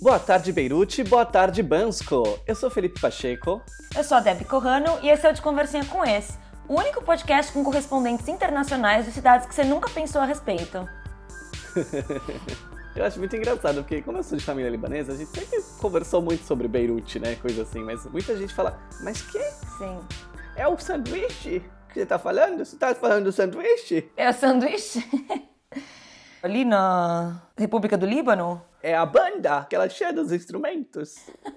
Boa tarde, Beirute. Boa tarde, Bansko. Eu sou Felipe Pacheco. Eu sou a Debbie Corrano e esse é o De Conversinha com Ex, o único podcast com correspondentes internacionais de cidades que você nunca pensou a respeito. Eu acho muito engraçado, porque como eu sou de família libanesa, a gente sempre conversou muito sobre Beirute, né? Coisa assim, mas muita gente fala, mas que? Sim. É o sanduíche que você tá falando? Você tá falando do sanduíche? É o sanduíche? Ali na República do Líbano? É a banda, aquela cheia dos instrumentos.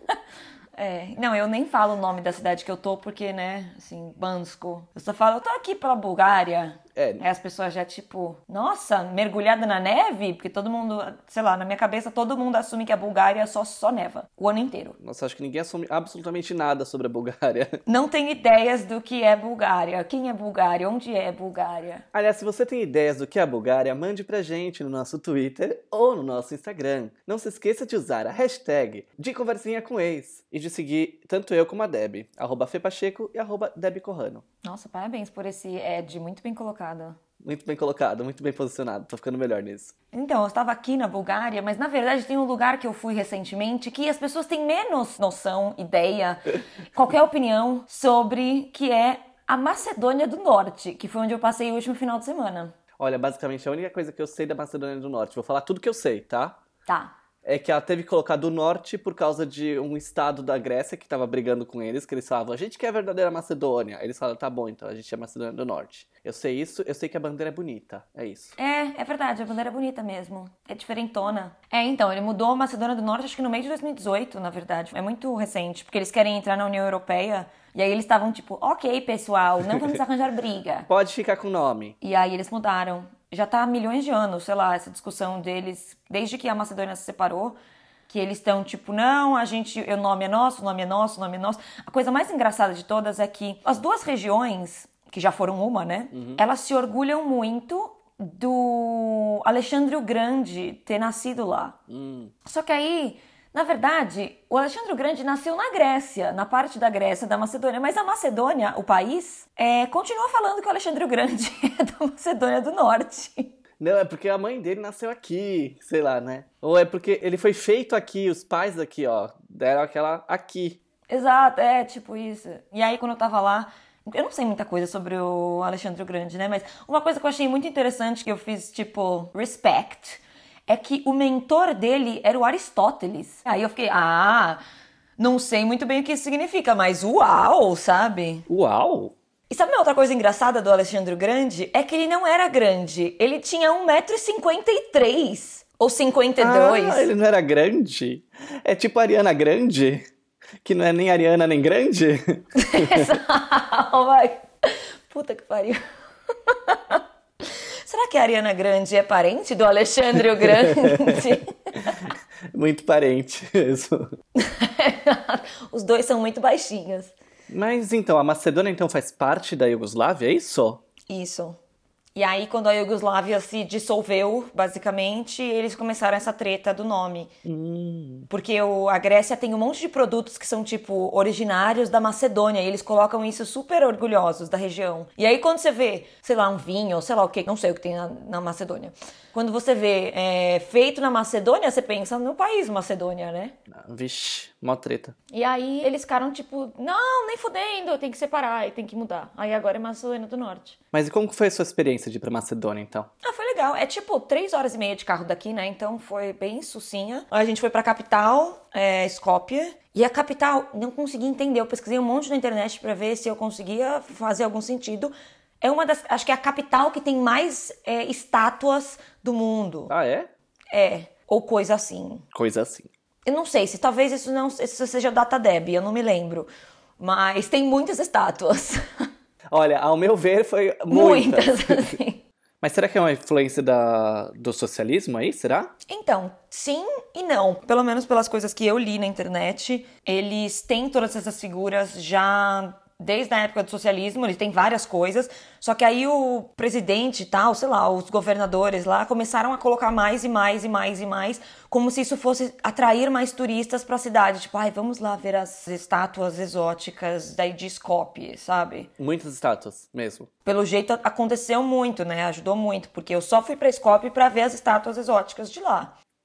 Não, eu nem falo o nome da cidade que eu tô, porque, né, assim, Bansko. Eu só falo, eu tô aqui pela Bulgária. Aí as pessoas já, tipo, nossa, mergulhada na neve? Porque todo mundo, sei lá, na minha cabeça, todo mundo assume que a Bulgária só neva o ano inteiro. Nossa, acho que ninguém assume absolutamente nada sobre a Bulgária. Não tem ideias do que é Bulgária. Quem é Bulgária? Onde é Bulgária? Aliás, se você tem ideias do que é a Bulgária, mande pra gente no nosso Twitter ou no nosso Instagram. Não se esqueça de usar a hashtag de conversinha com ex e de seguir tanto eu como a Debbie, @fepacheco e @Debbie Corrano. Nossa, parabéns por esse ad, muito bem colocado. Muito bem colocado, muito bem posicionado, tô ficando melhor nisso. Então, eu estava aqui na Bulgária, mas na verdade tem um lugar que eu fui recentemente que as pessoas têm menos noção, ideia, qualquer opinião sobre, que é a Macedônia do Norte, que foi onde eu passei o último final de semana. Olha, basicamente a única coisa que eu sei da Macedônia do Norte, vou falar tudo que eu sei, tá? Tá. É que ela teve que colocar do norte por causa de um estado da Grécia que tava brigando com eles, que eles falavam, a gente quer a verdadeira Macedônia. Eles falaram, tá bom, então a gente é Macedônia do Norte. Eu sei isso, eu sei que a bandeira é bonita, é isso. É verdade, a bandeira é bonita mesmo. É diferentona. Então, ele mudou a Macedônia do Norte, acho que no meio de 2018, na verdade. É muito recente, porque eles querem entrar na União Europeia. E aí eles estavam tipo, ok, pessoal, não vamos arranjar briga. Pode ficar com o nome. E aí eles mudaram. Já tá há milhões de anos, sei lá, essa discussão deles, desde que a Macedônia se separou, que eles estão tipo, não, o nome é nosso, o nome é nosso, o nome é nosso. A coisa mais engraçada de todas é que as duas regiões, que já foram uma, né, elas se orgulham muito do Alexandre o Grande ter nascido lá. Só que aí, na verdade, o Alexandre o Grande nasceu na Grécia, na parte da Grécia, da Macedônia, mas a Macedônia, o país, continua falando que o Alexandre o Grande é da Macedônia do Norte. Não, é porque a mãe dele nasceu aqui, sei lá, né? Ou é porque ele foi feito aqui, os pais aqui, ó, deram aquela aqui. Exato, tipo isso. E aí, quando eu tava lá, eu não sei muita coisa sobre o Alexandre o Grande, né? Mas uma coisa que eu achei muito interessante, que eu fiz, tipo, respect, é que o mentor dele era o Aristóteles. Aí eu fiquei, não sei muito bem o que isso significa, mas uau, sabe? Uau! E sabe uma outra coisa engraçada do Alexandre o Grande? É que ele não era grande, ele tinha 1,53 m ou 52. Ah, ele não era grande? É tipo a Ariana Grande? Que não é nem Ariana nem grande? Vai. Puta que pariu. Será que a Ariana Grande é parente do Alexandre o Grande? Muito parente, isso. Os dois são muito baixinhos. Mas então, a Macedônia então faz parte da Iugoslávia, é isso? Isso. E aí, quando a Iugoslávia se dissolveu, basicamente, eles começaram essa treta do nome. Porque a Grécia tem um monte de produtos que são, tipo, originários da Macedônia. E eles colocam isso super orgulhosos da região. E aí, quando você vê, sei lá, um vinho, ou sei lá o que, não sei o que tem na Macedônia. Quando você vê feito na Macedônia, você pensa no país Macedônia, né? Vixe, mó treta. E aí, eles ficaram, tipo, não, nem fudendo, tem que separar, tem que mudar. Aí agora é Macedônia do Norte. Mas e como foi a sua experiência de ir pra Macedônia, então? Foi legal. É tipo 3 horas e meia de carro daqui, né? Então foi bem sucinha. A gente foi pra capital, Skopje. E a capital, não consegui entender. Eu pesquisei um monte na internet pra ver se eu conseguia fazer algum sentido. É uma das... Acho que é a capital que tem mais estátuas do mundo. Ah, é? Ou coisa assim. Coisa assim. Eu não sei, se talvez isso seja data Debbie, eu não me lembro. Mas tem muitas estátuas. Olha, ao meu ver, foi muitas. Assim. Mas será que é uma influência do socialismo aí, será? Então, sim e não. Pelo menos pelas coisas que eu li na internet, eles têm todas essas figuras já desde a época do socialismo, eles têm várias coisas, só que aí o presidente e tal, sei lá, os governadores lá começaram a colocar mais e mais e mais e mais, como se isso fosse atrair mais turistas pra cidade. Tipo, vamos lá ver as estátuas exóticas daí de Skopje, sabe? Muitas estátuas, mesmo. Pelo jeito aconteceu muito, né? Ajudou muito, porque eu só fui pra Skopje pra ver as estátuas exóticas de lá.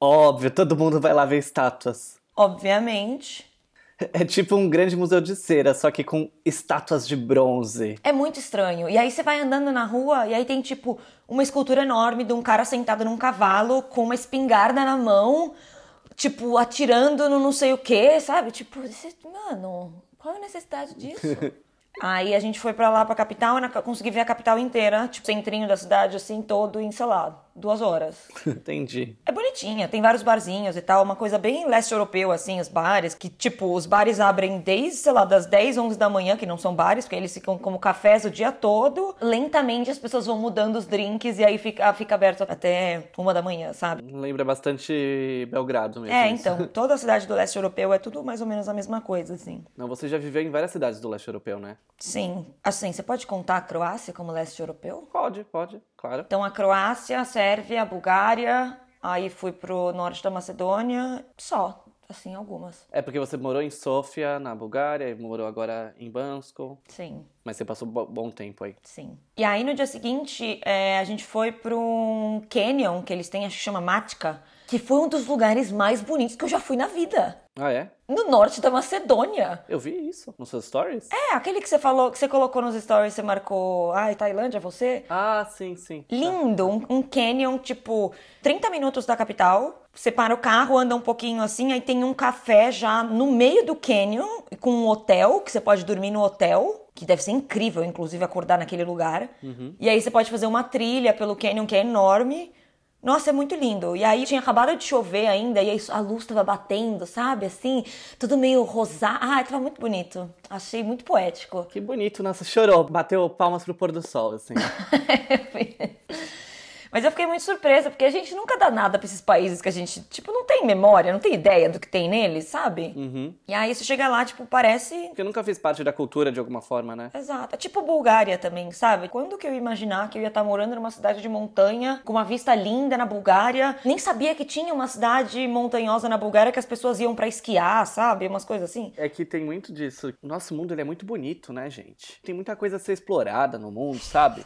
Óbvio, todo mundo vai lá ver estátuas. Obviamente. É tipo um grande museu de cera, só que com estátuas de bronze. É muito estranho. E aí você vai andando na rua e aí tem, tipo, uma escultura enorme de um cara sentado num cavalo com uma espingarda na mão, tipo, atirando no não sei o quê, sabe? Tipo, mano, qual a necessidade disso? Aí a gente foi pra lá, pra capital, e consegui ver a capital inteira, tipo, centrinho da cidade, assim, todo em, sei lá, 2 horas. Entendi. É bonitinha, tem vários barzinhos e tal, uma coisa bem leste europeu, assim, os bares, que, tipo, os bares abrem desde, sei lá, das 10, 11 da manhã, que não são bares, porque eles ficam como cafés o dia todo. Lentamente as pessoas vão mudando os drinks e aí fica aberto até 1 da manhã, sabe? Lembra bastante Belgrado mesmo. É, isso. então, toda a cidade do leste europeu é tudo mais ou menos a mesma coisa, assim. Não, você já viveu em várias cidades do leste europeu, né? Sim. Assim, você pode contar a Croácia como leste europeu? Pode, claro. Então, a Croácia, a Sérvia, a Bulgária, aí fui pro norte da Macedônia, só, assim, algumas. É porque você morou em Sofia, na Bulgária, e morou agora em Bansko. Sim, Mas você passou bom tempo aí. sim. E aí, no dia seguinte, a gente foi pro um canyon que eles têm, acho que chama Matka, que foi um dos lugares mais bonitos que eu já fui na vida. Ah, é? No norte da Macedônia. Eu vi isso nos seus stories. É, aquele que você falou, que você colocou nos stories, você marcou, ai, Tailândia, você? Ah, sim, sim. Lindo, um canyon, tipo, 30 minutos da capital. Você para o carro, anda um pouquinho assim, aí tem um café já no meio do canyon, com um hotel, que você pode dormir no hotel, que deve ser incrível, inclusive, acordar naquele lugar. E aí você pode fazer uma trilha pelo canyon, que é enorme. Nossa, é muito lindo. E aí tinha acabado de chover ainda, e aí a luz tava batendo, sabe? Assim, tudo meio rosado. Ah, tava muito bonito. Achei muito poético. Que bonito, nossa, chorou, bateu palmas pro pôr do sol, assim. Mas eu fiquei muito surpresa, porque a gente nunca dá nada pra esses países que a gente, tipo, não tem memória, não tem ideia do que tem neles, sabe? E aí você chega lá, tipo, parece... Porque eu nunca fiz parte da cultura de alguma forma, né? Exato. É tipo Bulgária também, sabe? Quando que eu ia imaginar que eu ia estar morando numa cidade de montanha, com uma vista linda na Bulgária? Nem sabia que tinha uma cidade montanhosa na Bulgária que as pessoas iam pra esquiar, sabe? Umas coisas assim. É que tem muito disso. O nosso mundo, ele é muito bonito, né, gente? Tem muita coisa a ser explorada no mundo, sabe?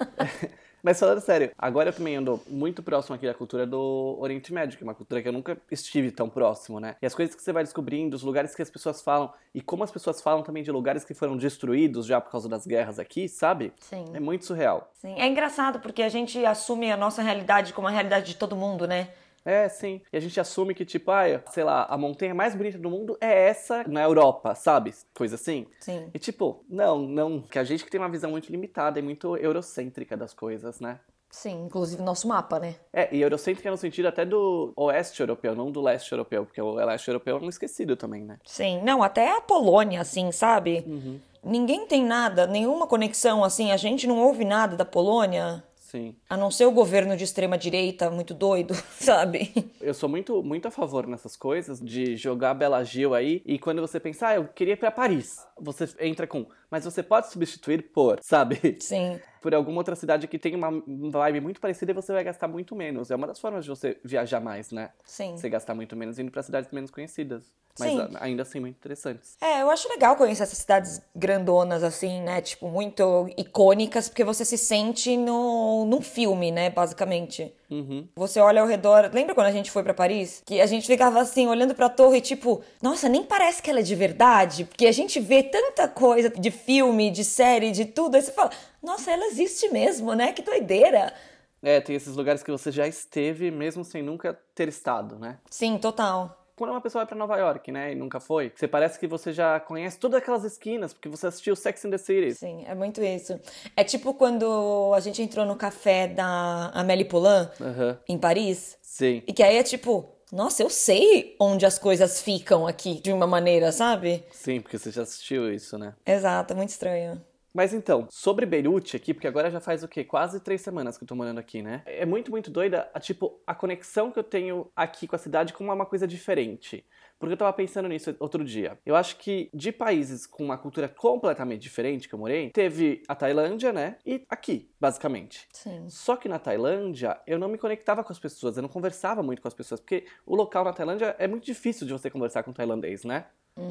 Mas falando sério, agora eu também ando muito próximo aqui da cultura do Oriente Médio, que é uma cultura que eu nunca estive tão próximo, né? E as coisas que você vai descobrindo, os lugares que as pessoas falam, e como as pessoas falam também de lugares que foram destruídos já por causa das guerras aqui, sabe? Sim. É muito surreal. Sim. É engraçado porque a gente assume a nossa realidade como a realidade de todo mundo, né? É, sim. E a gente assume que, tipo, sei lá, a montanha mais bonita do mundo é essa na Europa, sabe? Coisa assim. Sim. E tipo, não. Que a gente que tem uma visão muito limitada e muito eurocêntrica das coisas, né? Sim, inclusive nosso mapa, né? É, e eurocêntrica no sentido até do oeste europeu, não do leste europeu, porque o leste europeu é um esquecido também, né? Sim, não, até a Polônia, assim, sabe? Ninguém tem nada, nenhuma conexão, assim, a gente não ouve nada da Polônia. Sim. A não ser o governo de extrema-direita muito doido, sabe? Eu sou muito a favor nessas coisas, de jogar a Bela Gil aí, e quando você pensa, eu queria ir pra Paris, você entra com, mas você pode substituir por, sabe? Sim. Por alguma outra cidade que tem uma vibe muito parecida e você vai gastar muito menos. É uma das formas de você viajar mais, né? Sim. Você gastar muito menos indo pra cidades menos conhecidas. Mas Sim. ainda assim, muito interessantes. É, eu acho legal conhecer essas cidades grandonas, assim, né? Tipo, muito icônicas, porque você se sente num filme, né? Basicamente. Você olha ao redor. Lembra quando a gente foi pra Paris? Que a gente ficava assim, olhando pra torre, tipo, nossa, nem parece que ela é de verdade. Porque a gente vê tanta coisa de filme, de série, de tudo. Aí você fala, nossa, ela existe mesmo, né? Que doideira. É, tem esses lugares que você já esteve, mesmo sem nunca ter estado, né? Sim, total. Quando uma pessoa vai pra Nova York, né, e nunca foi, você parece que você já conhece todas aquelas esquinas, porque você assistiu Sex and the City. Sim, é muito isso. É tipo quando a gente entrou no café da Amélie Poulain, em Paris. Sim. E que aí é tipo, nossa, eu sei onde as coisas ficam aqui, de uma maneira, sabe? Sim, porque você já assistiu isso, né? Exato, muito estranho. Mas então, sobre Beirute aqui, porque agora já faz o quê? Quase 3 semanas que eu tô morando aqui, né? É muito doida, a conexão que eu tenho aqui com a cidade como é uma coisa diferente. Porque eu tava pensando nisso outro dia. Eu acho que de países com uma cultura completamente diferente que eu morei, teve a Tailândia, né? E aqui, basicamente. Sim. Só que na Tailândia, eu não me conectava com as pessoas, eu não conversava muito com as pessoas, porque o local na Tailândia é muito difícil de você conversar com tailandês, né?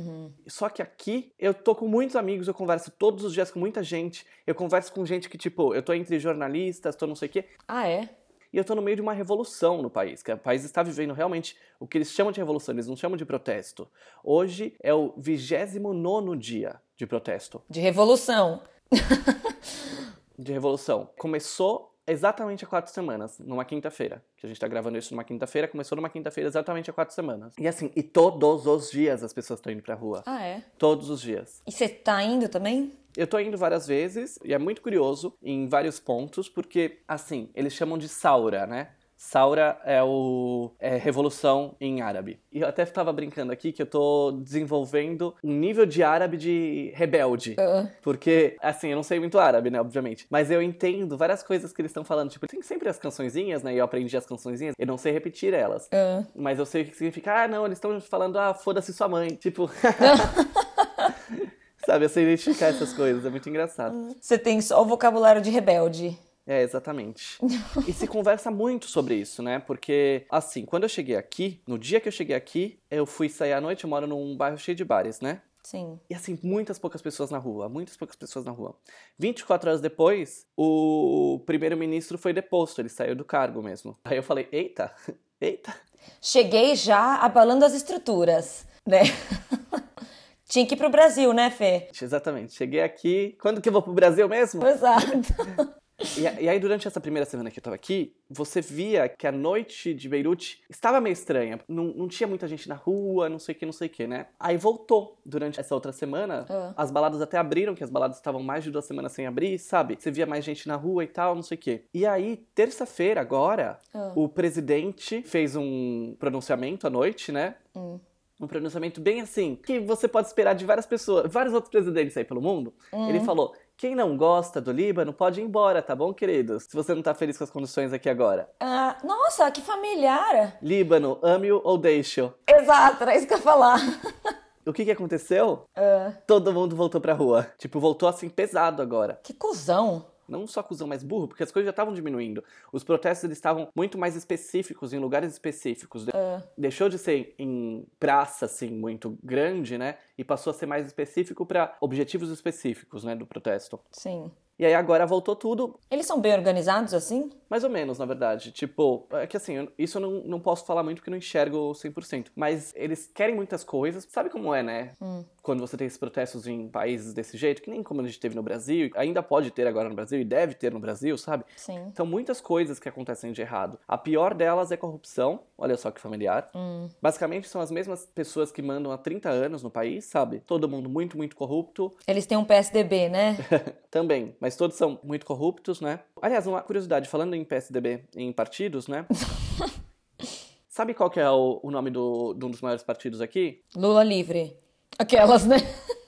Só que aqui, eu tô com muitos amigos, eu converso todos os dias com muita gente, eu converso com gente que, tipo, eu tô entre jornalistas, tô não sei o quê. Ah, é? E eu tô no meio de uma revolução no país, que o país está vivendo realmente o que eles chamam de revolução, eles não chamam de protesto. Hoje é o 29º dia de protesto. De revolução. De revolução. Começou exatamente há 4 semanas, numa quinta-feira. Que a gente tá gravando isso numa quinta-feira, começou numa quinta-feira exatamente há 4 semanas. E assim, e todos os dias as pessoas estão indo pra rua. Ah, é? Todos os dias. E você tá indo também? Eu tô indo várias vezes, e é muito curioso em vários pontos, porque, assim, eles chamam de Saura, né? Saura é revolução em árabe. E eu até estava brincando aqui que eu tô desenvolvendo um nível de árabe de rebelde. Porque, assim, eu não sei muito árabe, né, obviamente. Mas eu entendo várias coisas que eles estão falando. Tipo, tem sempre as cançõezinhas, né, e eu aprendi as cançõezinhas. Eu não sei repetir elas. Mas eu sei o que significa. Ah, não, eles estão falando, foda-se sua mãe. Tipo... Sabe, eu sei identificar essas coisas. É muito engraçado. Você tem só o vocabulário de rebelde. É, exatamente. E se conversa muito sobre isso, né? Porque, assim, quando eu cheguei aqui, no dia que eu cheguei aqui, eu fui sair à noite, eu moro num bairro cheio de bares, né? Sim. E assim, muitas poucas pessoas na rua, muitas poucas pessoas na rua. 24 horas depois, o primeiro-ministro foi deposto, ele saiu do cargo mesmo. Aí eu falei, eita, eita. Cheguei já abalando as estruturas, né? Tinha que ir pro Brasil, né, Fê? Exatamente, cheguei aqui, quando que eu vou pro Brasil mesmo? Exato. E aí, durante essa primeira semana que eu tava aqui, você via que a noite de Beirute estava meio estranha. Não tinha muita gente na rua, não sei o que, né? Aí voltou durante essa outra semana. As baladas até abriram, que as baladas estavam mais de 2 semanas sem abrir, sabe? Você via mais gente na rua e tal, não sei o que. E aí, terça-feira, agora, o presidente fez um pronunciamento à noite, né? Um pronunciamento bem assim, que você pode esperar de várias pessoas, vários outros presidentes aí pelo mundo. Ele falou, quem não gosta do Líbano pode ir embora, tá bom, queridos? Se você não tá feliz com as condições aqui agora. Nossa, que familiar. Líbano, ame-o ou deixe-o. Exato, era isso que eu ia falar. O que aconteceu? Todo mundo voltou pra rua. Tipo, voltou assim pesado agora. Que cuzão. Não só cuzão, mas burro, porque as coisas já estavam diminuindo. Os protestos, eles estavam muito mais específicos, em lugares específicos. Deixou de ser em praça, assim, muito grande, né? E passou a ser mais específico para objetivos específicos, né, do protesto. Sim. E aí agora voltou tudo. Eles são bem organizados, assim? Mais ou menos, na verdade. Tipo, é que assim, isso eu não posso falar muito porque eu não enxergo 100%. Mas eles querem muitas coisas. Sabe como é, né? Quando você tem esses protestos em países desse jeito, que nem como a gente teve no Brasil, ainda pode ter agora no Brasil e deve ter no Brasil, sabe? Sim. São muitas coisas que acontecem de errado. A pior delas é corrupção. Olha só que familiar. Basicamente são as mesmas pessoas que mandam há 30 anos no país, sabe? Todo mundo muito, muito corrupto. Eles têm um PSDB, né? Também, mas todos são muito corruptos, né? Aliás, uma curiosidade, falando em PSDB, em partidos, né? Sabe qual que é o nome de um dos maiores partidos aqui? Lula livre. Aquelas, né?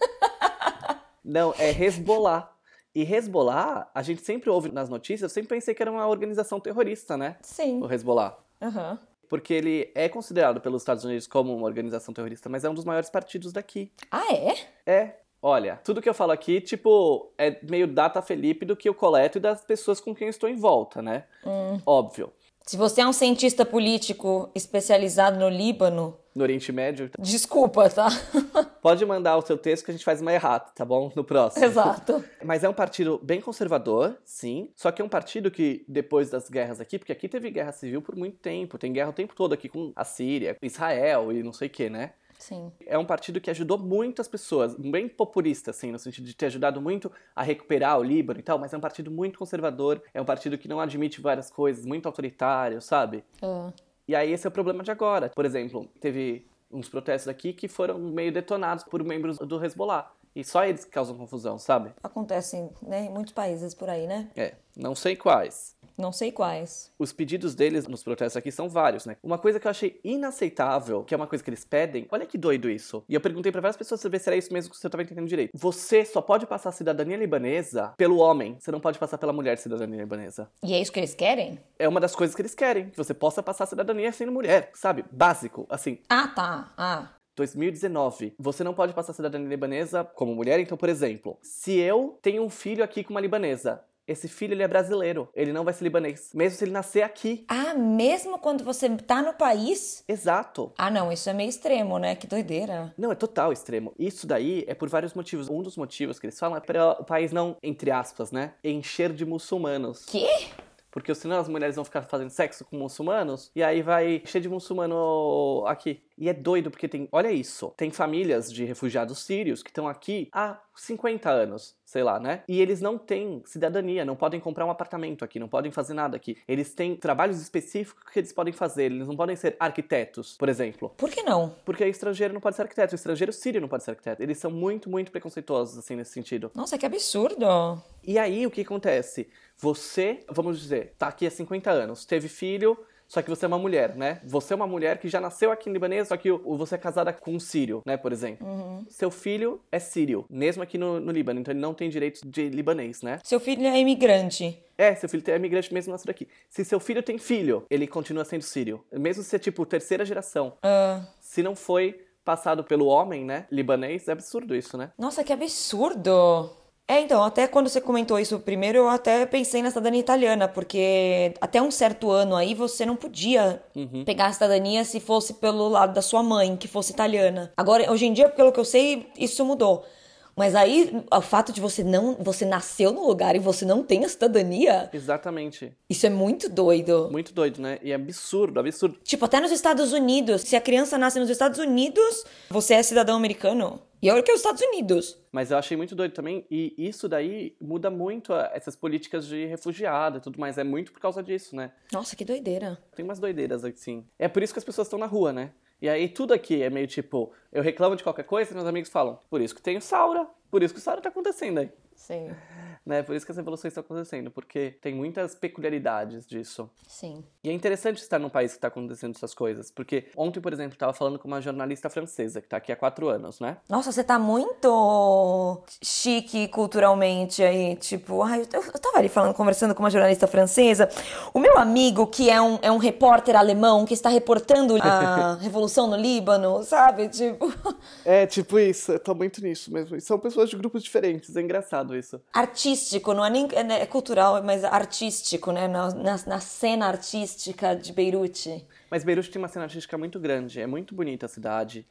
Não, é Hezbollah. E Hezbollah, a gente sempre ouve nas notícias, eu sempre pensei que era uma organização terrorista, né? Sim. O Hezbollah. Porque ele é considerado pelos Estados Unidos como uma organização terrorista, mas é um dos maiores partidos daqui. Ah, é? É. Olha, tudo que eu falo aqui, tipo, é meio data Felipe do que eu coleto e das pessoas com quem eu estou em volta, né? Óbvio. Se você é um cientista político especializado no Líbano... No Oriente Médio. Desculpa, tá? Pode mandar o seu texto que a gente faz uma errata, tá bom? No próximo. Exato. Mas é um partido bem conservador, sim. Só que é um partido que, depois das guerras aqui, porque aqui teve guerra civil por muito tempo, tem guerra o tempo todo aqui com a Síria, Israel e não sei o que, né? Sim. É um partido que ajudou muitas pessoas, bem populista, assim, no sentido de ter ajudado muito a recuperar o Líbano e tal, mas é um partido muito conservador, é um partido que não admite várias coisas, muito autoritário, sabe? E aí esse é o problema de agora. Por exemplo, teve uns protestos aqui que foram meio detonados por membros do Hezbollah. E só eles que causam confusão, sabe? Acontece, né, em muitos países por aí, né? Não sei quais. Não sei quais. Os pedidos deles nos protestos aqui são vários, né? Uma coisa que eu achei inaceitável, que é uma coisa que eles pedem, olha que doido isso. E eu perguntei pra várias pessoas saber se era isso mesmo que você tava entendendo direito. Você só pode passar a cidadania libanesa pelo homem. Você não pode passar pela mulher cidadania libanesa. E é isso que eles querem? É uma das coisas que eles querem. Que você possa passar a cidadania sendo mulher, sabe? Básico, assim. 2019. Você não pode passar a cidadania libanesa como mulher. Então, por exemplo, se eu tenho um filho aqui com uma libanesa, esse filho, ele é brasileiro. Ele não vai ser libanês. Mesmo se ele nascer aqui. Mesmo quando você tá no país? Exato. Não, isso é meio extremo, né? Que doideira. Não, é total extremo. Isso daí é por vários motivos. Um dos motivos que eles falam é para o país não, entre aspas, né, encher de muçulmanos. Quê? porque senão as mulheres vão ficar fazendo sexo com muçulmanos, e aí vai cheio de muçulmano aqui. E é doido, porque olha isso, tem famílias de refugiados sírios que estão aqui há 50 anos, sei lá, né? E eles não têm cidadania, não podem comprar um apartamento aqui, não podem fazer nada aqui. Eles têm trabalhos específicos que eles podem fazer, eles não podem ser arquitetos, por exemplo. Por que não? Porque o estrangeiro não pode ser arquiteto, o estrangeiro sírio não pode ser arquiteto. Eles são muito, muito preconceituosos, assim, nesse sentido. Nossa, que absurdo. E aí, o que acontece? Você, vamos dizer, tá aqui há 50 anos, teve filho, só que você é uma mulher, né? Você é uma mulher que já nasceu aqui em libanês, só que você é casada com um sírio, né, por exemplo. Seu filho é sírio, mesmo aqui no Líbano, então ele não tem direitos de libanês, né? Seu filho é imigrante. Seu filho é imigrante mesmo nascido aqui. Se seu filho tem filho, ele continua sendo sírio. Mesmo se é, tipo, terceira geração. Se não foi passado pelo homem, né, libanês, é absurdo isso, né? Nossa, que absurdo. Então, até quando você comentou isso primeiro, eu até pensei na cidadania italiana, porque até um certo ano aí você não podia pegar a cidadania se fosse pelo lado da sua mãe, que fosse italiana. Agora, hoje em dia, pelo que eu sei, isso mudou. Mas aí, o fato de você nasceu no lugar e você não tem a cidadania... Exatamente. Isso é muito doido. Muito doido, né? E é absurdo, absurdo. Tipo, até nos Estados Unidos, se a criança nasce nos Estados Unidos, você é cidadão americano. E olha que é os Estados Unidos. Mas eu achei muito doido também, e isso daí muda muito essas políticas de refugiado e tudo mais. É muito por causa disso, né? Nossa, que doideira. Tem umas doideiras aqui, sim. É por isso que as pessoas estão na rua, né? E aí tudo aqui é meio tipo, eu reclamo de qualquer coisa e meus amigos falam, por isso que tem o Saura, por isso que o Saura tá acontecendo aí. Sim. Né? Por isso que as revoluções estão acontecendo, porque tem muitas peculiaridades disso. Sim. E é interessante estar num país que está acontecendo essas coisas, porque ontem, por exemplo, eu estava falando com uma jornalista francesa, que está aqui há 4 anos, né? Nossa, você tá muito chique culturalmente aí, tipo... Ai, eu tava ali conversando com uma jornalista francesa. O meu amigo, que é um repórter alemão, que está reportando a revolução no Líbano, sabe? Tipo... É, tipo isso, eu tô muito nisso mesmo. E são pessoas de grupos diferentes, é engraçado isso. Artístico, não é nem é cultural, mas artístico, né? Na cena artística de Beirute. Mas Beirute tem uma cena artística muito grande, é muito bonita a cidade,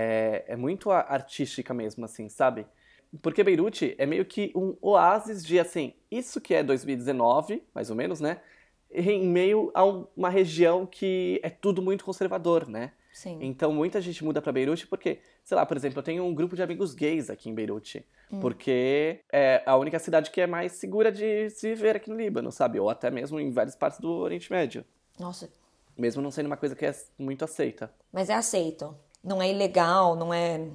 é muito artística mesmo, assim, sabe? Porque Beirute é meio que um oásis de, assim, isso que é 2019, mais ou menos, né? Em meio a uma região que é tudo muito conservador, né? Sim. Então muita gente muda pra Beirute porque, sei lá, por exemplo, eu tenho um grupo de amigos gays aqui em Beirute. Porque é a única cidade que é mais segura de se viver aqui no Líbano, sabe? Ou até mesmo em várias partes do Oriente Médio. Nossa. Mesmo não sendo uma coisa que é muito aceita. Mas é aceito. Não é ilegal, não é...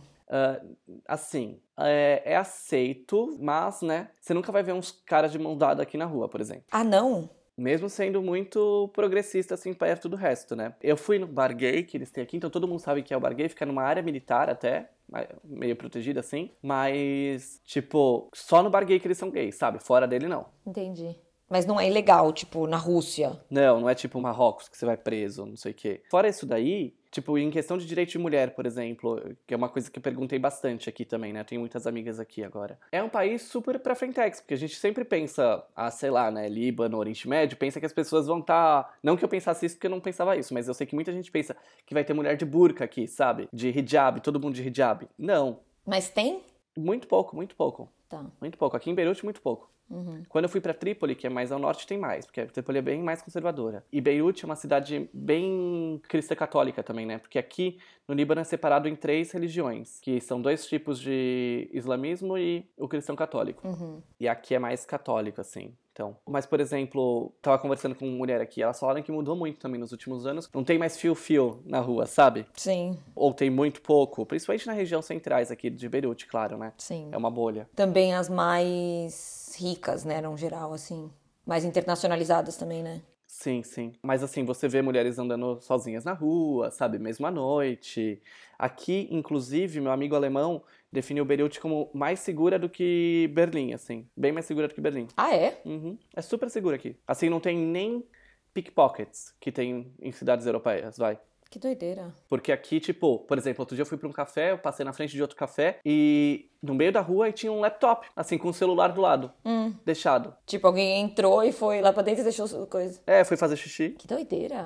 Assim, é aceito, mas, né, você nunca vai ver uns caras de mão dada aqui na rua, por exemplo. Ah, não? Mesmo sendo muito progressista, assim, perto do resto, né? Eu fui no bar gay que eles têm aqui, então todo mundo sabe que é o bar gay, fica numa área militar até, meio protegida, assim. Mas, tipo, só no bar gay que eles são gays, sabe? Fora dele, não. Entendi. Mas não é ilegal, tipo, na Rússia. Não é tipo Marrocos, que você vai preso, não sei o quê. Fora isso daí, tipo, em questão de direito de mulher, por exemplo, que é uma coisa que eu perguntei bastante aqui também, né? Tenho muitas amigas aqui agora. É um país super pra frentex, porque a gente sempre pensa, sei lá, né, Líbano, Oriente Médio, pensa que as pessoas vão estar... Não que eu pensasse isso, porque eu não pensava isso, mas eu sei que muita gente pensa que vai ter mulher de burca aqui, sabe? De hijab, todo mundo de hijab. Não. Mas tem? Muito pouco, muito pouco. Tá. Muito pouco. Aqui em Beirute, muito pouco. Quando eu fui pra Trípoli, que é mais ao norte, tem mais, porque a Trípoli é bem mais conservadora. E Beirute é uma cidade bem cristã católica também, né? Porque aqui no Líbano é separado em 3 religiões, que são 2 tipos de islamismo e o cristão católico. E aqui é mais católico, assim. Então, mas, por exemplo, tava conversando com uma mulher aqui, elas falaram que mudou muito também nos últimos anos. Não tem mais fio-fio na rua, sabe? Sim. Ou tem muito pouco, principalmente na região centrais aqui de Beirute, claro, né? Sim. É uma bolha. Também as mais ricas, né, no geral, assim. Mais internacionalizadas também, né? Sim, sim. Mas assim, você vê mulheres andando sozinhas na rua, sabe? Mesmo à noite. Aqui, inclusive, meu amigo alemão definiu Beirute como mais segura do que Berlim, assim. Bem mais segura do que Berlim. Ah, é? É super seguro aqui. Assim, não tem nem pickpockets que tem em cidades europeias, vai. Que doideira. Porque aqui, tipo, por exemplo, outro dia eu fui pra um café, eu passei na frente de outro café e no meio da rua e tinha um laptop, assim, com o celular do lado, deixado. Tipo, alguém entrou e foi lá pra dentro e deixou coisa. Fui fazer xixi. Que doideira.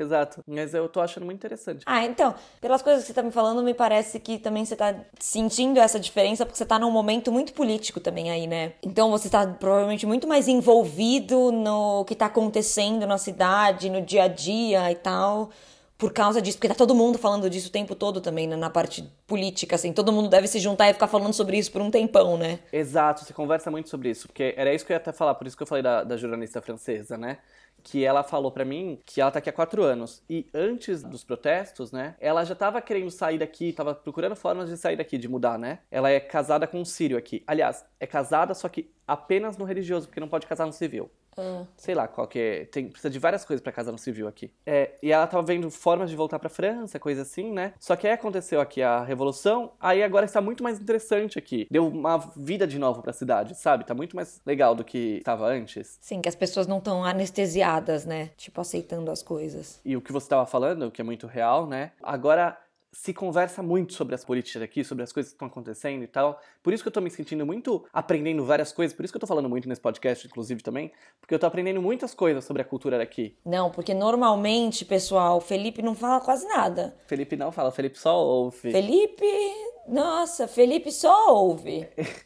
exato. Mas eu tô achando muito interessante. Ah, então, pelas coisas que você tá me falando, me parece que também você tá sentindo essa diferença, porque você tá num momento muito político também aí, né? Então você tá provavelmente muito mais envolvido no que tá acontecendo na cidade, no dia a dia e tal, por causa disso, porque tá todo mundo falando disso o tempo todo também, né, na parte política, assim, todo mundo deve se juntar e ficar falando sobre isso por um tempão, né? Exato, você conversa muito sobre isso, porque era isso que eu ia até falar, por isso que eu falei da jornalista francesa, né? Que ela falou pra mim que ela tá aqui há 4 anos. E antes dos protestos, né? Ela já tava querendo sair daqui, tava procurando formas de sair daqui, de mudar, né? Ela é casada com um sírio aqui. Aliás, é casada, só que apenas no religioso, porque não pode casar no civil. Sei lá, qual que é. Precisa de várias coisas pra casar no civil aqui. E ela tava vendo formas de voltar pra França, coisa assim, né? Só que aí aconteceu aqui a Revolução, aí agora está muito mais interessante aqui. Deu uma vida de novo pra cidade, sabe? Tá muito mais legal do que estava antes. Sim, que as pessoas não estão anestesiadas, né? Tipo, aceitando as coisas. E o que você tava falando, que é muito real, né? Agora se conversa muito sobre as políticas aqui, sobre as coisas que estão acontecendo e tal. Por isso que eu tô me sentindo muito aprendendo várias coisas, por isso que eu tô falando muito nesse podcast, inclusive, também, porque eu tô aprendendo muitas coisas sobre a cultura daqui. Não, porque normalmente, pessoal, o Felipe não fala quase nada. Felipe não fala, Felipe só ouve. Felipe só ouve.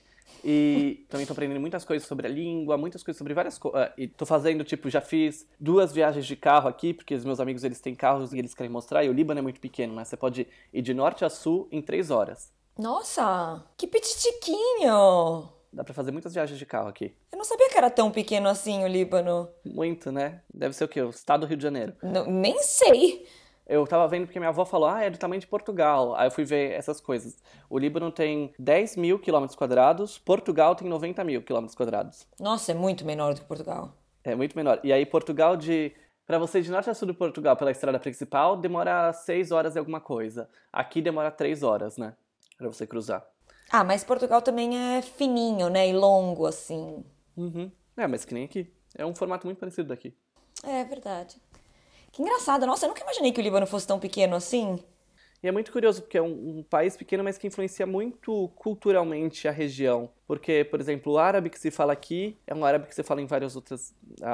E também tô aprendendo muitas coisas sobre a língua, muitas coisas sobre várias coisas. E tô fazendo, tipo, já fiz 2 viagens de carro aqui, porque os meus amigos, eles têm carros e eles querem mostrar. E o Líbano é muito pequeno, mas você pode ir de norte a sul em 3 horas. Nossa, que petitiquinho! Dá pra fazer muitas viagens de carro aqui. Eu não sabia que era tão pequeno assim o Líbano. Muito, né? Deve ser o quê? O estado do Rio de Janeiro. Nem sei. Eu tava vendo porque minha avó falou, é do tamanho de Portugal. Aí eu fui ver essas coisas. O Líbano tem 10 mil quilômetros quadrados, Portugal tem 90 mil quilômetros quadrados. Nossa, é muito menor do que Portugal. É muito menor. E aí Portugal pra você ir de norte a sul de Portugal pela estrada principal, demora 6 horas e alguma coisa. Aqui demora 3 horas, né? Pra você cruzar. Ah, mas Portugal também é fininho, né? E longo, assim. Uhum. Mas que nem aqui. É um formato muito parecido daqui. É verdade. Que engraçado. Nossa, eu nunca imaginei que o Líbano fosse tão pequeno assim. E é muito curioso, porque é um país pequeno, mas que influencia muito culturalmente a região. Porque, por exemplo, o árabe que se fala aqui é um árabe que se fala em várias outras...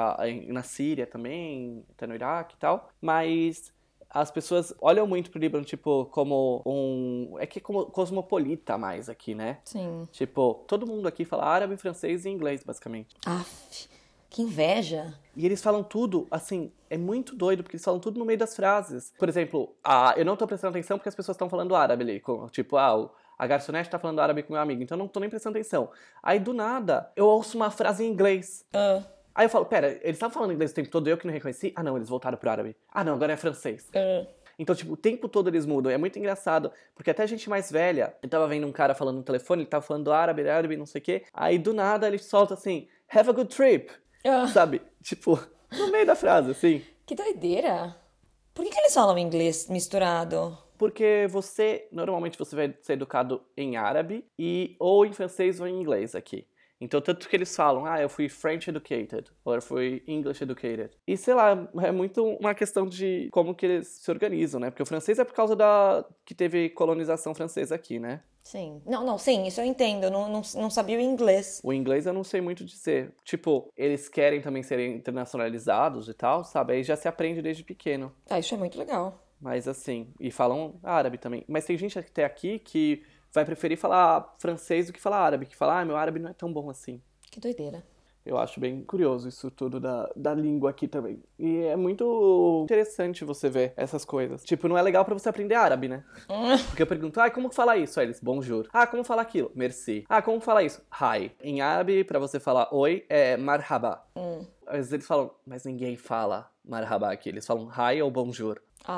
na Síria também, até no Iraque e tal. Mas as pessoas olham muito pro Líbano, tipo, como é que é como cosmopolita mais aqui, né? Sim. Tipo, todo mundo aqui fala árabe, francês e inglês, basicamente. Aff, que inveja. E eles falam tudo, assim, é muito doido, porque eles falam tudo no meio das frases. Por exemplo, eu não tô prestando atenção porque as pessoas estão falando árabe ali. Tipo, a garçonete tá falando árabe com meu amigo, então eu não tô nem prestando atenção. Aí, do nada, eu ouço uma frase em inglês. Aí eu falo, pera, eles estavam falando inglês o tempo todo, eu que não reconheci? Ah, não, eles voltaram pro árabe. Ah, não, agora é francês. Então, tipo, o tempo todo eles mudam. É muito engraçado, porque até gente mais velha, eu tava vendo um cara falando no telefone, ele tava falando árabe, não sei o quê. Aí, do nada, ele solta assim, have a good trip. Sabe? Tipo, no meio da frase, assim. Que doideira. Por que eles falam inglês misturado? Porque normalmente você vai ser educado em árabe, ou em francês ou em inglês aqui. Então, tanto que eles falam, eu fui French educated, ou eu fui English educated. E, sei lá, é muito uma questão de como que eles se organizam, né? Porque o francês é por causa que teve colonização francesa aqui, né? Sim. Não, sim, isso eu entendo. Eu não sabia o inglês. O inglês eu não sei muito dizer. Tipo, eles querem também serem internacionalizados e tal, sabe? Aí já se aprende desde pequeno. Isso é muito legal. Mas assim, e falam árabe também. Mas tem gente até aqui que vai preferir falar francês do que falar árabe. Que fala, meu árabe não é tão bom assim. Que doideira. Eu acho bem curioso isso tudo da língua aqui também. E é muito interessante você ver essas coisas. Tipo, não é legal pra você aprender árabe, né? Porque eu pergunto, como fala isso? Aí eles, bonjour. Como fala aquilo? Merci. Como fala isso? Hi. Em árabe, pra você falar oi, é marhaba. Às vezes eles falam, mas ninguém fala marhaba aqui. Eles falam hi ou bonjour.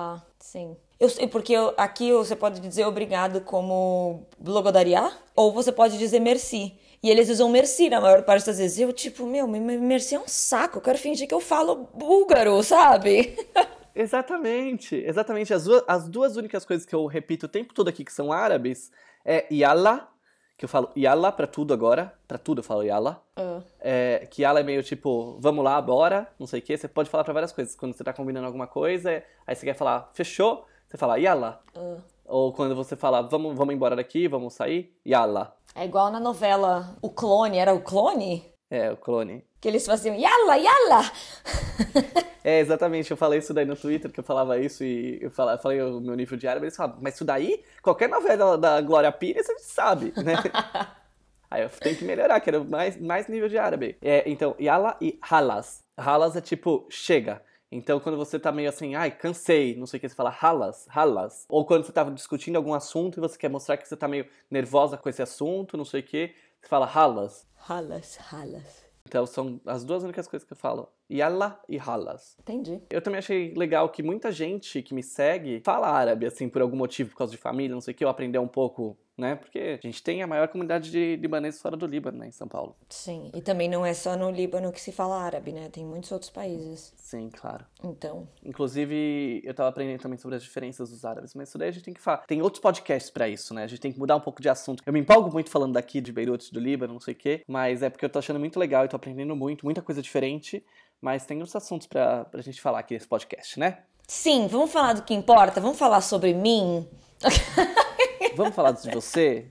Sim. Porque aqui você pode dizer obrigado como blogodariá, ou você pode dizer merci. E eles usam merci na maior parte das vezes. Eu, tipo, merci é um saco. Eu quero fingir que eu falo búlgaro, sabe? Exatamente. As duas únicas coisas que eu repito o tempo todo aqui que são árabes é yalla, que eu falo yalla pra tudo agora. Pra tudo eu falo yalla. Que yalla é meio tipo, vamos lá, bora, não sei o quê. Você pode falar pra várias coisas. Quando você tá combinando alguma coisa, aí você quer falar fechou, você fala yalla. Ou quando você fala, vamos embora daqui, vamos sair, yalla. É igual na novela O Clone. Era o Clone? É, o clone. Que eles faziam yalla, yalla. É, exatamente, eu falei isso daí no Twitter, que eu falava isso e eu falei o meu nível de árabe, eles falavam, mas isso daí, qualquer novela da Glória Pires, a gente sabe, né? Aí eu tenho que melhorar, quero mais nível de árabe. Então, yala e halas. Halas é tipo, chega. Então, quando você tá meio assim, ai, cansei, não sei o que, você fala halas, halas. Ou quando você tá discutindo algum assunto e você quer mostrar que você tá meio nervosa com esse assunto, não sei o que, você fala halas. Halas, halas. Então, são as duas únicas coisas que eu falo. Yalla e halas. Entendi. Eu também achei legal que muita gente que me segue fala árabe, assim, por algum motivo, por causa de família, não sei o que, eu aprender um pouco, né? Porque a gente tem a maior comunidade de libaneses fora do Líbano, né, em São Paulo. Sim, e também não é só no Líbano que se fala árabe, né? Tem muitos outros países. Sim, claro. Então... Inclusive, eu tava aprendendo também sobre as diferenças dos árabes, mas isso daí a gente tem que falar. Tem outros podcasts pra isso, né? A gente tem que mudar um pouco de assunto. Eu me empolgo muito falando daqui de Beirute, do Líbano, não sei o quê, mas é porque eu tô achando muito legal e tô aprendendo muita coisa diferente, mas tem outros assuntos pra gente falar aqui nesse podcast, né? Sim, vamos falar do que importa? Vamos falar sobre mim? Vamos falar de você?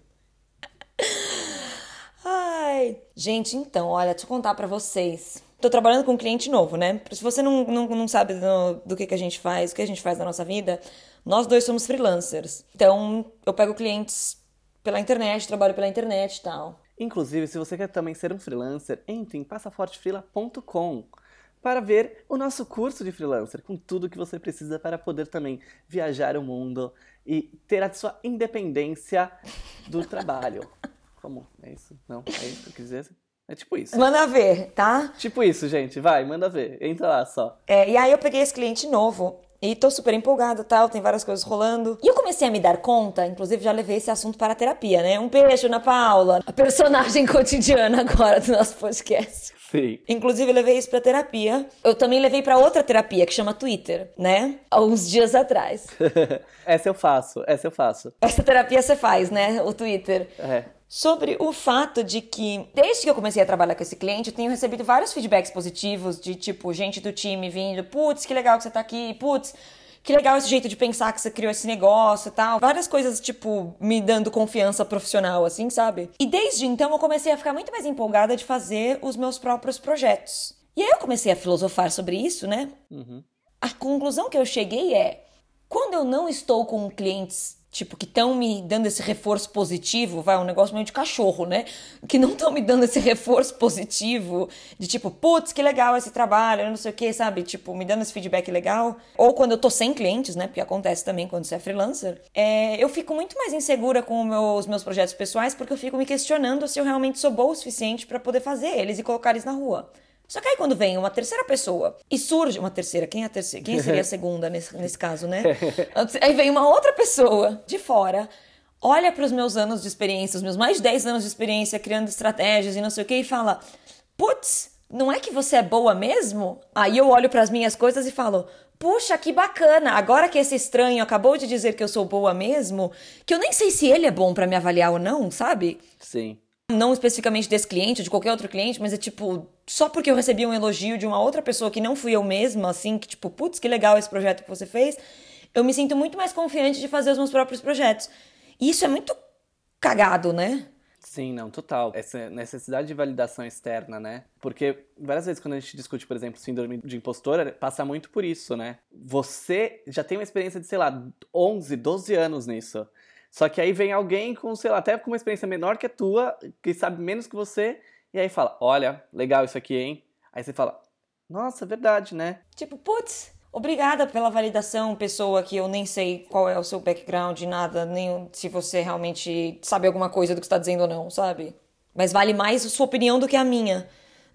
Ai, gente, então, olha, deixa eu contar pra vocês. Tô trabalhando com um cliente novo, né? Se você não sabe do que a gente faz, o que a gente faz na nossa vida, nós dois somos freelancers. Então, eu pego clientes pela internet, trabalho pela internet e tal. Inclusive, se você quer também ser um freelancer, entre em passaportefreela.com para ver o nosso curso de freelancer, com tudo que você precisa para poder também viajar o mundo e ter a sua independência do trabalho. Como? É isso? Não? É isso que eu quis dizer? É tipo isso. Manda ver, tá? Tipo isso, gente. Vai, manda ver. Entra lá só. E aí eu peguei esse cliente novo e tô super empolgada e tal, tem várias coisas rolando. E eu comecei a me dar conta, inclusive já levei esse assunto para a terapia, né? Um beijo na Paula, a personagem cotidiana agora do nosso podcast. Sim. Inclusive, eu levei isso pra terapia. Eu também levei pra outra terapia, que chama Twitter, né? Há uns dias atrás. Essa eu faço. Essa terapia você faz, né? O Twitter. É. Sobre o fato de que, desde que eu comecei a trabalhar com esse cliente, eu tenho recebido vários feedbacks positivos de, tipo, gente do time vindo, putz, que legal que você tá aqui, putz, que legal esse jeito de pensar que você criou esse negócio e tal. Várias coisas, tipo, me dando confiança profissional, assim, sabe? E desde então eu comecei a ficar muito mais empolgada de fazer os meus próprios projetos. E aí eu comecei a filosofar sobre isso, né? Uhum. A conclusão que eu cheguei é, quando eu não estou com clientes, tipo, que estão me dando esse reforço positivo, vai, um negócio meio de cachorro, né? Que não estão me dando esse reforço positivo de tipo, putz, que legal esse trabalho, não sei o que, sabe? Tipo, me dando esse feedback legal. Ou quando eu tô sem clientes, né? Porque acontece também quando você é freelancer. Eu fico muito mais insegura com os meus projetos pessoais porque eu fico me questionando se eu realmente sou boa o suficiente pra poder fazer eles e colocar eles na rua. Só que aí quando vem uma terceira pessoa e surge uma terceira, quem é a terceira? Quem seria a segunda nesse caso, né? Aí vem uma outra pessoa de fora, olha para os meus anos de experiência, os meus mais de 10 anos de experiência criando estratégias e não sei o que, e fala, putz, não é que você é boa mesmo? Aí eu olho para as minhas coisas e falo, puxa, que bacana, agora que esse estranho acabou de dizer que eu sou boa mesmo, que eu nem sei se ele é bom para me avaliar ou não, sabe? Sim. Não especificamente desse cliente ou de qualquer outro cliente, mas é tipo, só porque eu recebi um elogio de uma outra pessoa que não fui eu mesma, assim, que tipo, putz, que legal esse projeto que você fez, eu me sinto muito mais confiante de fazer os meus próprios projetos. E isso é muito cagado, né? Sim, não, total. Essa necessidade de validação externa, né? Porque várias vezes quando a gente discute, por exemplo, síndrome de impostora, passa muito por isso, né? Você já tem uma experiência de, sei lá, 11, 12 anos nisso. Só que aí vem alguém com, sei lá, até com uma experiência menor que a tua, que sabe menos que você, e aí fala, olha, legal isso aqui, hein? Aí você fala, nossa, é verdade, né? Tipo, putz, obrigada pela validação, pessoa que eu nem sei qual é o seu background, nada, nem se você realmente sabe alguma coisa do que está dizendo ou não, sabe? Mas vale mais a sua opinião do que a minha.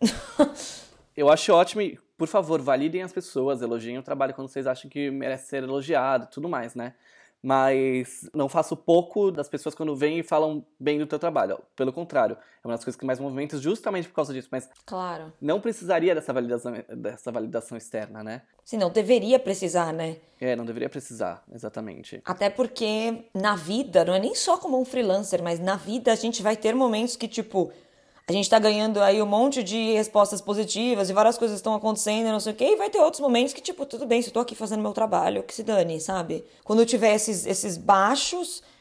Eu acho ótimo e, por favor, validem as pessoas, elogiem o trabalho quando vocês acham que merece ser elogiado e tudo mais, né? Mas não faço pouco das pessoas quando vêm e falam bem do teu trabalho. Pelo contrário, é uma das coisas que mais movimenta justamente por causa disso. Mas claro, não precisaria dessa validação externa, né? se não, deveria precisar, né? Não deveria precisar, exatamente. Até porque na vida, não é nem só como um freelancer, mas na vida a gente vai ter momentos que, tipo, a gente tá ganhando aí um monte de respostas positivas e várias coisas estão acontecendo e não sei o quê. E vai ter outros momentos que, tipo, tudo bem, se eu tô aqui fazendo meu trabalho, que se dane, sabe? Quando eu tiver esses baixos,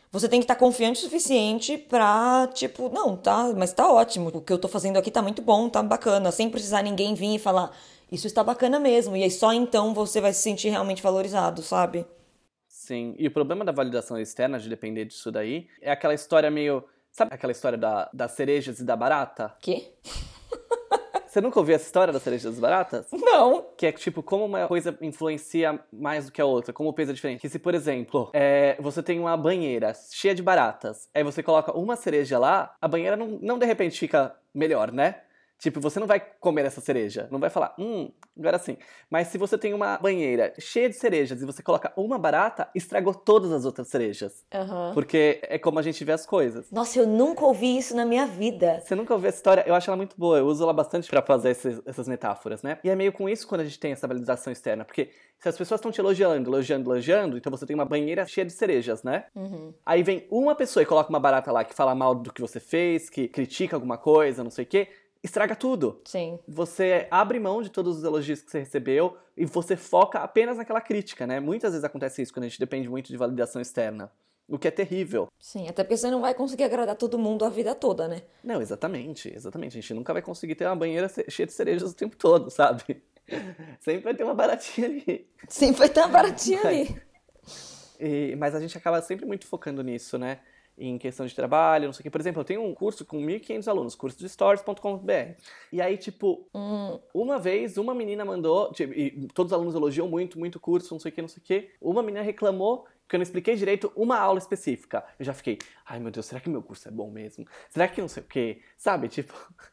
você tem que estar confiante o suficiente pra, tipo, não, tá, mas tá ótimo. O que eu tô fazendo aqui tá muito bom, tá bacana. Sem precisar ninguém vir e falar, isso está bacana mesmo. E aí só então você vai se sentir realmente valorizado, sabe? Sim, e o problema da validação externa, de depender disso daí, é aquela história meio... Sabe aquela história das cerejas e da barata? Quê? Você nunca ouviu essa história das cerejas e das baratas? Não. Que é tipo, como uma coisa influencia mais do que a outra, como o peso é diferente. Que se, por exemplo, você tem uma banheira cheia de baratas, aí você coloca uma cereja lá, a banheira não de repente fica melhor, né? Tipo, você não vai comer essa cereja, não vai falar, agora sim. Mas se você tem uma banheira cheia de cerejas e você coloca uma barata, estragou todas as outras cerejas. Aham. Porque é como a gente vê as coisas. Nossa, eu nunca ouvi isso na minha vida. Você nunca ouviu essa história? Eu acho ela muito boa, eu uso ela bastante pra fazer essas metáforas, né? E é meio com isso quando a gente tem essa validação externa, porque se as pessoas estão te elogiando, então você tem uma banheira cheia de cerejas, né? Aí vem uma pessoa e coloca uma barata lá que fala mal do que você fez, que critica alguma coisa, não sei o quê, estraga tudo. Sim. Você abre mão de todos os elogios que você recebeu e você foca apenas naquela crítica, né? Muitas vezes acontece isso quando a gente depende muito de validação externa. O que é terrível. Sim, até porque você não vai conseguir agradar todo mundo a vida toda, né? Não, exatamente. A gente nunca vai conseguir ter uma banheira cheia de cerejas o tempo todo, sabe? Sempre vai ter uma baratinha ali. Sempre vai ter uma baratinha ali. Mas a gente acaba sempre muito focando nisso, né? Em questão de trabalho, não sei o que. Por exemplo, eu tenho um curso com 1.500 alunos, curso de stories.com.br. E aí, tipo, uma vez, uma menina mandou, tipo, e todos os alunos elogiam muito, muito o curso, não sei o que. Uma menina reclamou que eu não expliquei direito uma aula específica. Eu já fiquei, ai meu Deus, será que meu curso é bom mesmo? Será que não sei o que? Sabe, tipo...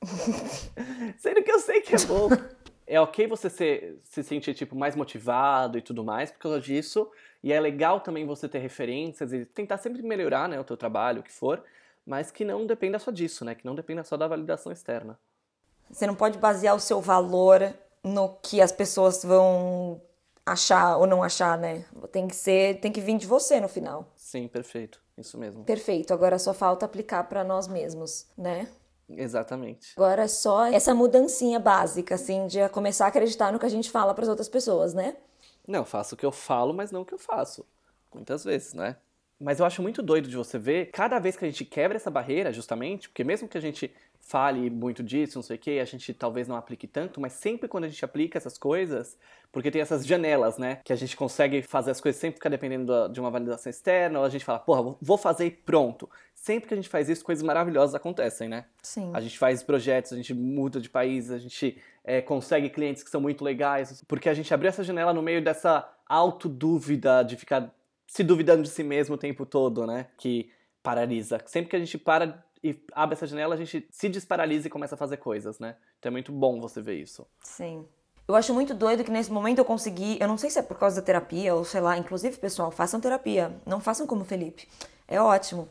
Sendo que eu sei que é bom. É ok você se sentir, tipo, mais motivado e tudo mais por causa disso. E é legal também você ter referências e tentar sempre melhorar, né, o teu trabalho, o que for. Mas que não dependa só disso, né? Que não dependa só da validação externa. Você não pode basear o seu valor no que as pessoas vão achar ou não achar, né? Tem que vir de você no final. Sim, perfeito. Isso mesmo. Perfeito. Agora só falta aplicar pra nós mesmos, né? Exatamente. Agora é só essa mudancinha básica, assim, de começar a acreditar no que a gente fala pras outras pessoas, né? Não, faço o que eu falo, mas não o que eu faço. Muitas vezes, né? Mas eu acho muito doido de você ver, cada vez que a gente quebra essa barreira, justamente, porque mesmo que a gente fale muito disso, não sei o que, a gente talvez não aplique tanto, mas sempre quando a gente aplica essas coisas, porque tem essas janelas, né, que a gente consegue fazer as coisas sem ficar dependendo de uma validação externa, ou a gente fala, porra, vou fazer e pronto. Sempre que a gente faz isso, coisas maravilhosas acontecem, né? Sim. A gente faz projetos, a gente muda de país, a gente consegue clientes que são muito legais, porque a gente abriu essa janela no meio dessa autodúvida de ficar se duvidando de si mesmo o tempo todo, né? Que paralisa. Sempre que a gente para e abre essa janela, a gente se desparalisa e começa a fazer coisas, né? Então é muito bom você ver isso. Sim. Eu acho muito doido que nesse momento eu consegui, eu não sei se é por causa da terapia ou sei lá, inclusive, pessoal, façam terapia, não façam como o Felipe. É ótimo.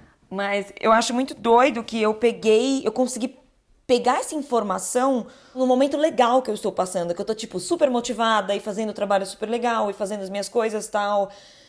Mas eu acho muito doido que eu consegui pegar essa informação no momento legal que eu estou passando, que eu tô, tipo, super motivada e fazendo o trabalho super legal e fazendo as minhas coisas e tal.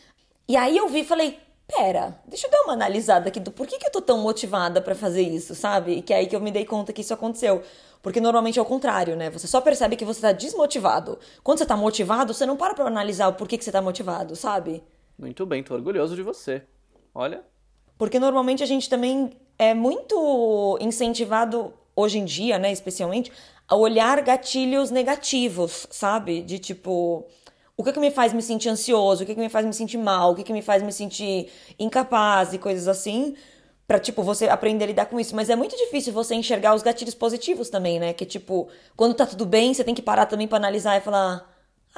E aí eu vi e falei, pera, deixa eu dar uma analisada aqui do porquê que eu tô tão motivada pra fazer isso, sabe? E que é aí que eu me dei conta que isso aconteceu. Porque normalmente é o contrário, né? Você só percebe que você tá desmotivado. Quando você tá motivado, você não para pra analisar o porquê que você tá motivado, sabe? Muito bem, tô orgulhoso de você. Olha. Porque normalmente a gente também é muito incentivado, hoje em dia, né, especialmente, a olhar gatilhos negativos, sabe? De tipo, o que me faz me sentir ansioso, o que me faz me sentir mal, o que me faz me sentir incapaz e coisas assim, pra, tipo, você aprender a lidar com isso. Mas é muito difícil você enxergar os gatilhos positivos também, né? Que, tipo, quando tá tudo bem, você tem que parar também pra analisar e falar,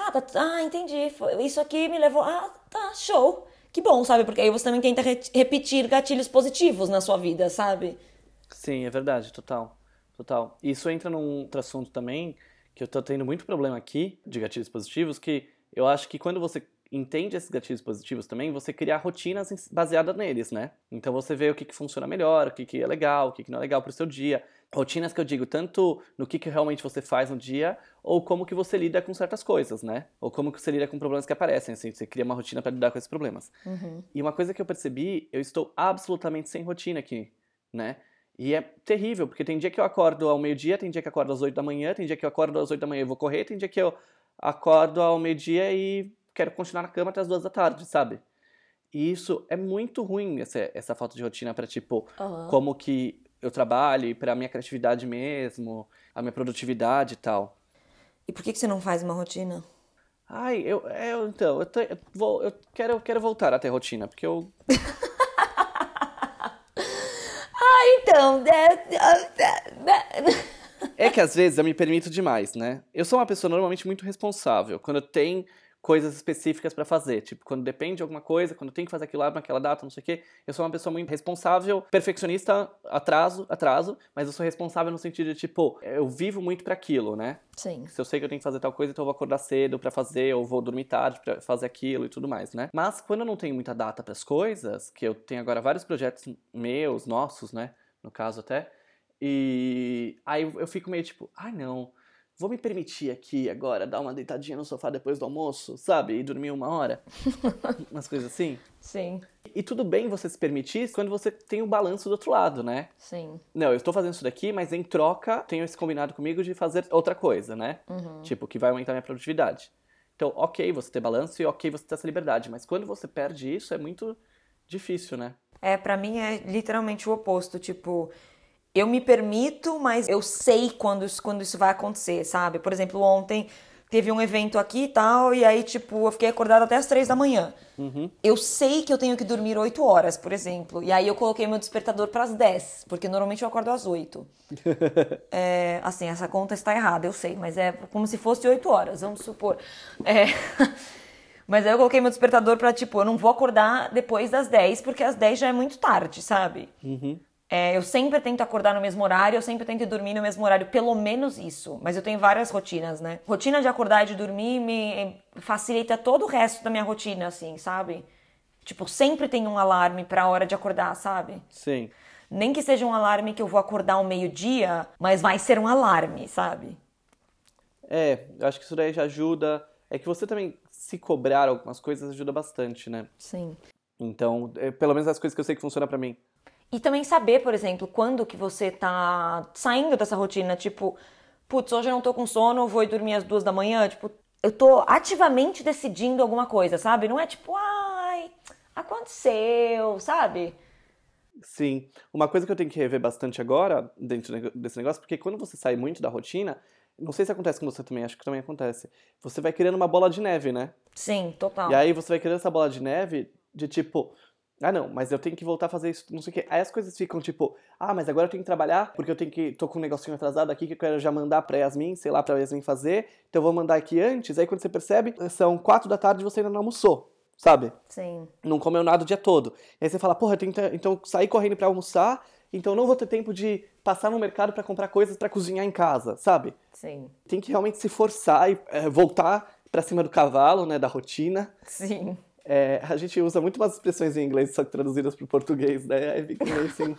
entendi, isso aqui me levou, tá, show. Que bom, sabe? Porque aí você também tenta repetir gatilhos positivos na sua vida, sabe? Sim, é verdade, total. Total. Isso entra num outro assunto também, que eu tô tendo muito problema aqui, de gatilhos positivos, que eu acho que quando você entende esses gatilhos positivos também, você cria rotinas baseadas neles, né? Então você vê o que funciona melhor, o que é legal, o que não é legal pro seu dia. Rotinas que eu digo tanto no que realmente você faz no dia, ou como que você lida com certas coisas, né? Ou como que você lida com problemas que aparecem, assim, você cria uma rotina para lidar com esses problemas. E uma coisa que eu percebi, eu estou absolutamente sem rotina aqui, né? E é terrível, porque tem dia que eu acordo ao meio-dia, tem dia que eu acordo às 8 da manhã, tem dia que eu acordo às 8 da manhã e vou correr, tem dia que eu acordo ao meio-dia e quero continuar na cama até as 2 da tarde, sabe? E isso é muito ruim, essa falta de rotina pra, tipo, Aham. como que eu trabalho e pra minha criatividade mesmo, a minha produtividade e tal. E por que você não faz uma rotina? Ai, então, eu quero voltar a ter rotina, porque eu... Então, É que às vezes eu me permito demais, né? Eu sou uma pessoa normalmente muito responsável, quando tem coisas específicas pra fazer, tipo, quando depende de alguma coisa, quando tem que fazer aquilo lá naquela data, não sei o quê, eu sou uma pessoa muito responsável, perfeccionista, atraso, mas eu sou responsável no sentido de, tipo, eu vivo muito pra aquilo, né? Sim. Se eu sei que eu tenho que fazer tal coisa, então eu vou acordar cedo pra fazer, ou vou dormir tarde pra fazer aquilo e tudo mais, né? Mas quando eu não tenho muita data pras coisas, que eu tenho agora vários projetos meus, nossos, né? No caso até, e aí eu fico meio tipo, ai não, vou me permitir aqui agora dar uma deitadinha no sofá depois do almoço, sabe? E dormir 1 hora. Umas coisas assim. Sim, E tudo bem você se permitir quando você tem o balanço do outro lado, né? sim. Não, eu estou fazendo isso daqui, mas em troca tenho esse combinado comigo de fazer outra coisa, né? Tipo, que vai aumentar minha produtividade. Então, ok você ter balanço e ok você ter essa liberdade, mas quando você perde isso é muito difícil, né? Pra mim é literalmente o oposto, tipo, eu me permito, mas eu sei quando isso vai acontecer, sabe? Por exemplo, ontem teve um evento aqui e tal, e aí, tipo, eu fiquei acordada até as 3 da manhã. Eu sei que eu tenho que dormir 8 horas, por exemplo, e aí eu coloquei meu despertador para as 10, porque normalmente eu acordo às 8. Assim, essa conta está errada, eu sei, mas é como se fosse 8 horas, vamos supor. Mas aí eu coloquei meu despertador pra, tipo, eu não vou acordar depois das 10, porque às 10 já é muito tarde, sabe? Eu sempre tento acordar no mesmo horário, eu sempre tento dormir no mesmo horário, pelo menos isso. Mas eu tenho várias rotinas, né? Rotina de acordar e de dormir me facilita todo o resto da minha rotina, assim, sabe? Tipo, sempre tem um alarme pra hora de acordar, sabe? Sim. Nem que seja um alarme que eu vou acordar ao meio-dia, mas vai ser um alarme, sabe? Eu acho que isso daí já ajuda. É que você também se cobrar algumas coisas ajuda bastante, né? Sim. Então, pelo menos as coisas que eu sei que funcionam pra mim. E também saber, por exemplo, quando que você tá saindo dessa rotina, tipo, putz, hoje eu não tô com sono, vou ir dormir às 2 da manhã, tipo, eu tô ativamente decidindo alguma coisa, sabe? Não é tipo, ai, aconteceu, sabe? Sim. Uma coisa que eu tenho que rever bastante agora, dentro desse negócio, porque quando você sai muito da rotina, não sei se acontece com você também, acho que também acontece. Você vai criando uma bola de neve, né? Sim, E total. aí você vai criando essa bola de neve de tipo, ah não, mas eu tenho que voltar a fazer isso, não sei o quê. Aí as coisas ficam tipo, ah, mas agora eu tenho que trabalhar, porque tô com um negocinho atrasado aqui que eu quero já mandar pra Yasmin, sei lá, pra Yasmin fazer, então eu vou mandar aqui antes. Aí quando você percebe, são 4 da tarde e você ainda não almoçou, sabe? Sim, Não comeu nada o dia todo. E aí você fala, porra, eu tenho que então sair correndo pra almoçar, então eu não vou ter tempo de passar no mercado pra comprar coisas pra cozinhar em casa, sabe? sim, Tem que realmente se forçar e voltar pra cima do cavalo, né, da rotina. sim. A gente usa muito umas expressões em inglês, só que traduzidas pro português, né? Aí fica meio assim.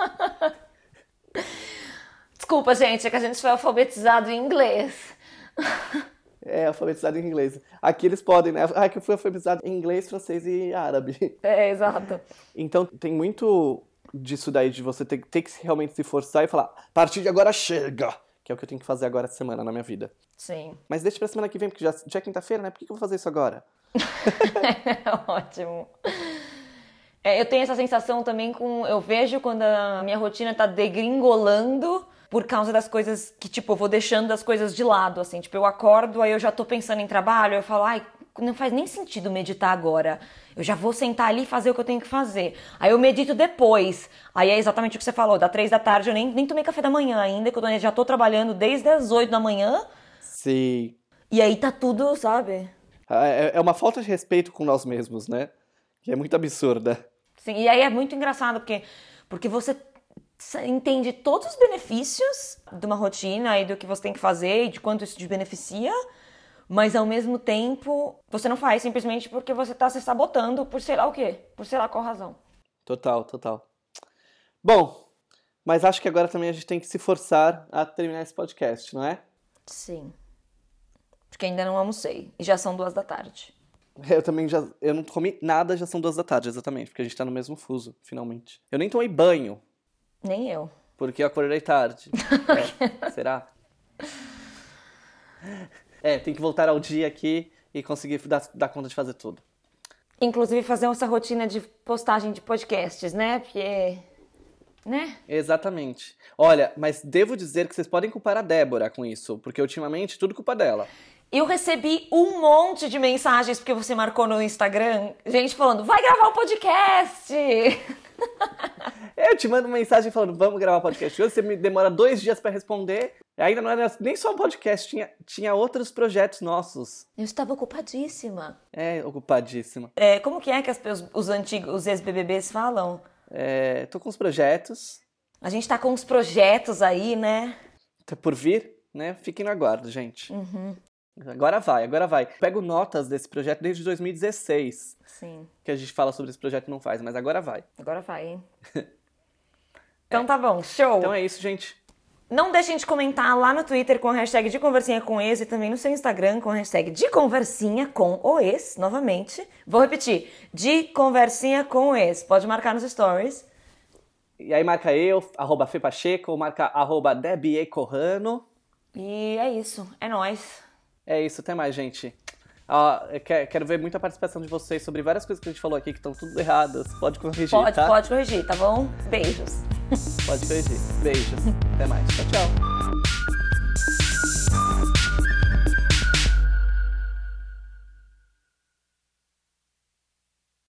Desculpa, gente, é que a gente foi alfabetizado em inglês. Alfabetizado em inglês. Aqui eles podem, né? Ah, que eu fui alfabetizado em inglês, francês e árabe. Exato. Então tem muito disso daí, de você ter que realmente se forçar e falar, a partir de agora chega! Que é o que eu tenho que fazer agora essa semana na minha vida. Sim. Mas deixa pra semana que vem, porque já é quinta-feira, né? Por que eu vou fazer isso agora? Ótimo. Eu tenho essa sensação também eu vejo quando a minha rotina tá degringolando por causa das coisas que, tipo, eu vou deixando as coisas de lado, assim. Tipo, eu acordo, aí eu já tô pensando em trabalho, eu falo, ai, não faz nem sentido meditar agora. Eu já vou sentar ali e fazer o que eu tenho que fazer. Aí eu medito depois. Aí é exatamente o que você falou, da 3 da tarde eu nem tomei café da manhã ainda, que eu já tô trabalhando desde as 8 da manhã. Sim. E aí tá tudo, sabe? É uma falta de respeito com nós mesmos, né? Que é muito absurda. Sim, e aí é muito engraçado, porque você entende todos os benefícios de uma rotina e do que você tem que fazer e de quanto isso te beneficia, mas ao mesmo tempo você não faz simplesmente porque você tá se sabotando por sei lá o quê, por sei lá qual razão. Total, total. Bom, mas acho que agora também a gente tem que se forçar a terminar esse podcast, não é? Sim. Porque ainda não almocei e já são 2 da tarde. Eu também eu não comi nada, já são 2 da tarde, exatamente, porque a gente tá no mesmo fuso, finalmente. Eu nem tomei banho, Nem eu. porque eu acordei tarde. Será? Tem que voltar ao dia aqui e conseguir dar conta de fazer tudo. Inclusive fazer essa rotina de postagem de podcasts, né? Porque... né? Exatamente. Olha, mas devo dizer que vocês podem culpar a Débora com isso, porque ultimamente tudo culpa dela. Eu recebi um monte de mensagens porque você marcou no Instagram, gente falando, vai gravar um podcast! Eu te mando mensagem falando, vamos gravar podcast hoje, você me demora 2 dias pra responder. Ainda não era nem só um podcast, tinha outros projetos nossos. Eu estava ocupadíssima. Ocupadíssima. Como que é que os ex-BBBs falam? Tô com os projetos. A gente tá com uns projetos aí, né? Tá por vir, né? Fiquem no aguardo, gente. Agora vai. Pego notas desse projeto desde 2016. Sim. Que a gente fala sobre esse projeto e não faz, mas agora vai. Agora vai, hein? Então tá bom, show! Então é isso, gente. Não deixem de comentar lá no Twitter com a hashtag de conversinha com ex e também no seu Instagram com a hashtag de conversinha com o ex, novamente. Vou repetir, de conversinha com o ex. Pode marcar nos stories. E aí marca eu, @fepacheco, ou marca @debiecorrano. E é isso, é nóis. É isso, até mais, gente. Eu quero ver muita participação de vocês sobre várias coisas que a gente falou aqui que estão tudo erradas. Pode corrigir, tá? Pode corrigir, tá bom? Beijos. Pode corrigir. Beijos. Até mais. Tchau, tchau.